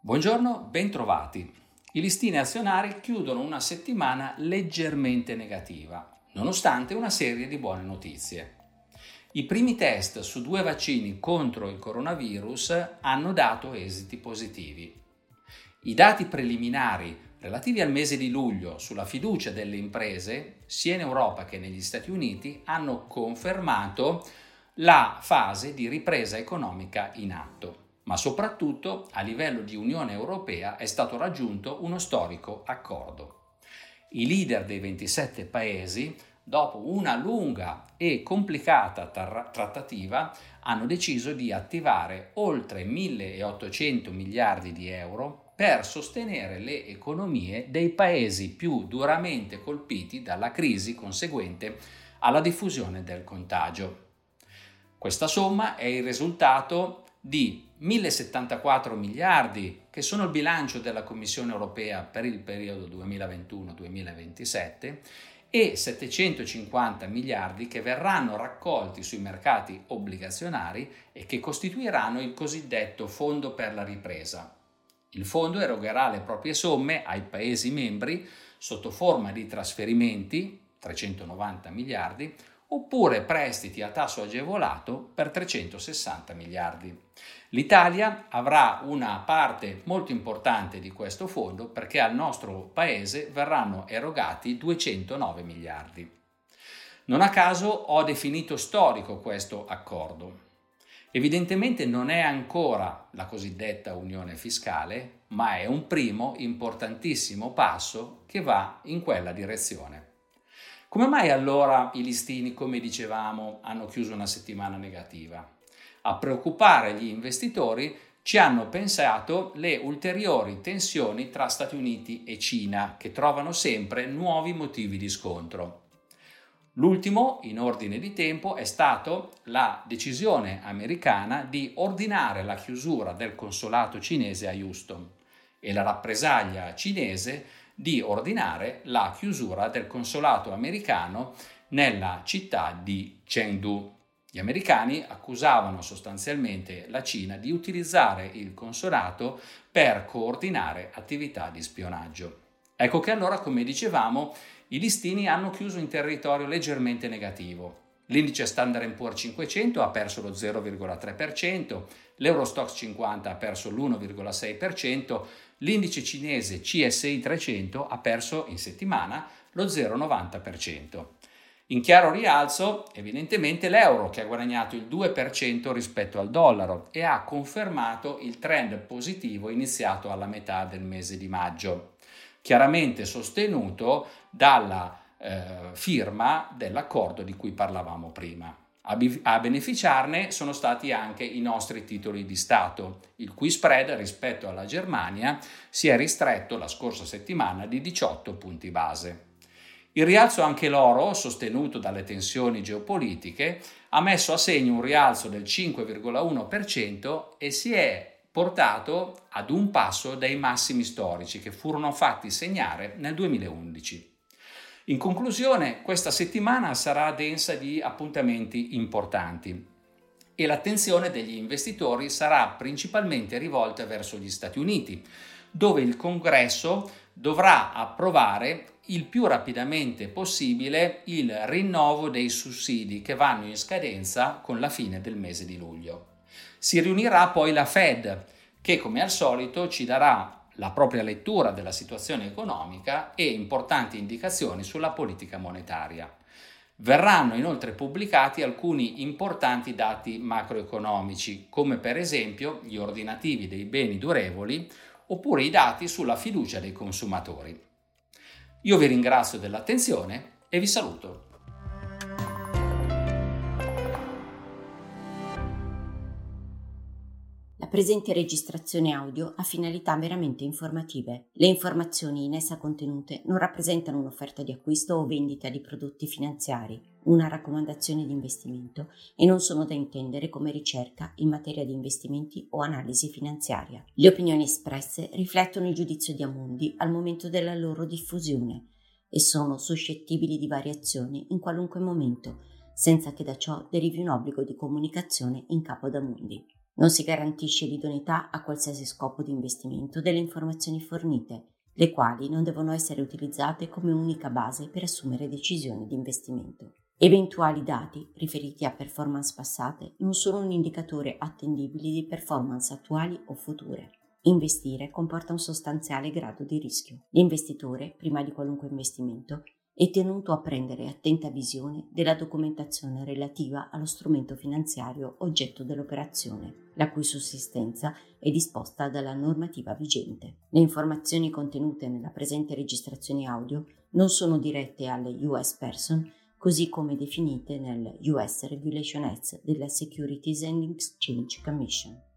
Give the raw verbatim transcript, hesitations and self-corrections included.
Buongiorno, bentrovati. I listini azionari chiudono una settimana leggermente negativa, nonostante una serie di buone notizie. I primi test su due vaccini contro il coronavirus hanno dato esiti positivi. I dati preliminari relativi al mese di luglio sulla fiducia delle imprese, sia in Europa che negli Stati Uniti, hanno confermato la fase di ripresa economica in atto. Ma soprattutto a livello di Unione Europea è stato raggiunto uno storico accordo. I leader dei ventisette paesi, dopo una lunga e complicata tar- trattativa, hanno deciso di attivare oltre milleottocento miliardi di euro per sostenere le economie dei paesi più duramente colpiti dalla crisi conseguente alla diffusione del contagio. Questa somma è il risultato di millesettantaquattro miliardi, che sono il bilancio della Commissione Europea per il periodo duemilaventuno duemilaventisette, e settecentocinquanta miliardi che verranno raccolti sui mercati obbligazionari e che costituiranno il cosiddetto Fondo per la ripresa. Il fondo erogherà le proprie somme ai Paesi membri sotto forma di trasferimenti, trecentonovanta miliardi, oppure prestiti a tasso agevolato per trecentosessanta miliardi. L'Italia avrà una parte molto importante di questo fondo perché al nostro paese verranno erogati duecentonove miliardi. Non a caso ho definito storico questo accordo. Evidentemente non è ancora la cosiddetta unione fiscale, ma è un primo importantissimo passo che va in quella direzione. Come mai allora i listini, come dicevamo, hanno chiuso una settimana negativa? A preoccupare gli investitori ci hanno pensato le ulteriori tensioni tra Stati Uniti e Cina, che trovano sempre nuovi motivi di scontro. L'ultimo, in ordine di tempo, è stato la decisione americana di ordinare la chiusura del consolato cinese a Houston e la rappresaglia cinese di ordinare la chiusura del consolato americano nella città di Chengdu. Gli americani accusavano sostanzialmente la Cina di utilizzare il consolato per coordinare attività di spionaggio. Ecco che allora, come dicevamo, i listini hanno chiuso in territorio leggermente negativo. L'indice Standard and Poor's cinquecento ha perso lo zero virgola tre per cento, l'Eurostoxx cinquanta ha perso l'uno virgola sei per cento, l'indice cinese C S I trecento ha perso in settimana lo zero virgola novanta per cento. In chiaro rialzo, evidentemente, l'euro, che ha guadagnato il due per cento rispetto al dollaro e ha confermato il trend positivo iniziato alla metà del mese di maggio, chiaramente sostenuto dalla eh, firma dell'accordo di cui parlavamo prima. A, bi- a beneficiarne sono stati anche i nostri titoli di Stato, il cui spread rispetto alla Germania si è ristretto la scorsa settimana di diciotto punti base. Il rialzo anche l'oro, sostenuto dalle tensioni geopolitiche, ha messo a segno un rialzo del cinque virgola uno per cento e si è portato ad un passo dai massimi storici che furono fatti segnare nel duemilaundici. In conclusione, questa settimana sarà densa di appuntamenti importanti e l'attenzione degli investitori sarà principalmente rivolta verso gli Stati Uniti, dove il Congresso dovrà approvare il più rapidamente possibile il rinnovo dei sussidi che vanno in scadenza con la fine del mese di luglio. Si riunirà poi la Fed, che come al solito ci darà la propria lettura della situazione economica e importanti indicazioni sulla politica monetaria. Verranno inoltre pubblicati alcuni importanti dati macroeconomici, come per esempio gli ordinativi dei beni durevoli oppure i dati sulla fiducia dei consumatori. Io vi ringrazio dell'attenzione e vi saluto. La presente registrazione audio ha finalità meramente informative. Le informazioni in essa contenute non rappresentano un'offerta di acquisto o vendita di prodotti finanziari, una raccomandazione di investimento e non sono da intendere come ricerca in materia di investimenti o analisi finanziaria. Le opinioni espresse riflettono il giudizio di Amundi al momento della loro diffusione e sono suscettibili di variazioni in qualunque momento, senza che da ciò derivi un obbligo di comunicazione in capo ad Amundi. Non si garantisce l'idoneità a qualsiasi scopo di investimento delle informazioni fornite, le quali non devono essere utilizzate come unica base per assumere decisioni di investimento. Eventuali dati riferiti a performance passate non sono un indicatore attendibile di performance attuali o future. Investire comporta un sostanziale grado di rischio. L'investitore, prima di qualunque investimento, è tenuto a prendere attenta visione della documentazione relativa allo strumento finanziario oggetto dell'operazione, la cui sussistenza è disposta dalla normativa vigente. Le informazioni contenute nella presente registrazione audio non sono dirette alle U S Person, così come definite nel U S Regulation Act della Securities and Exchange Commission.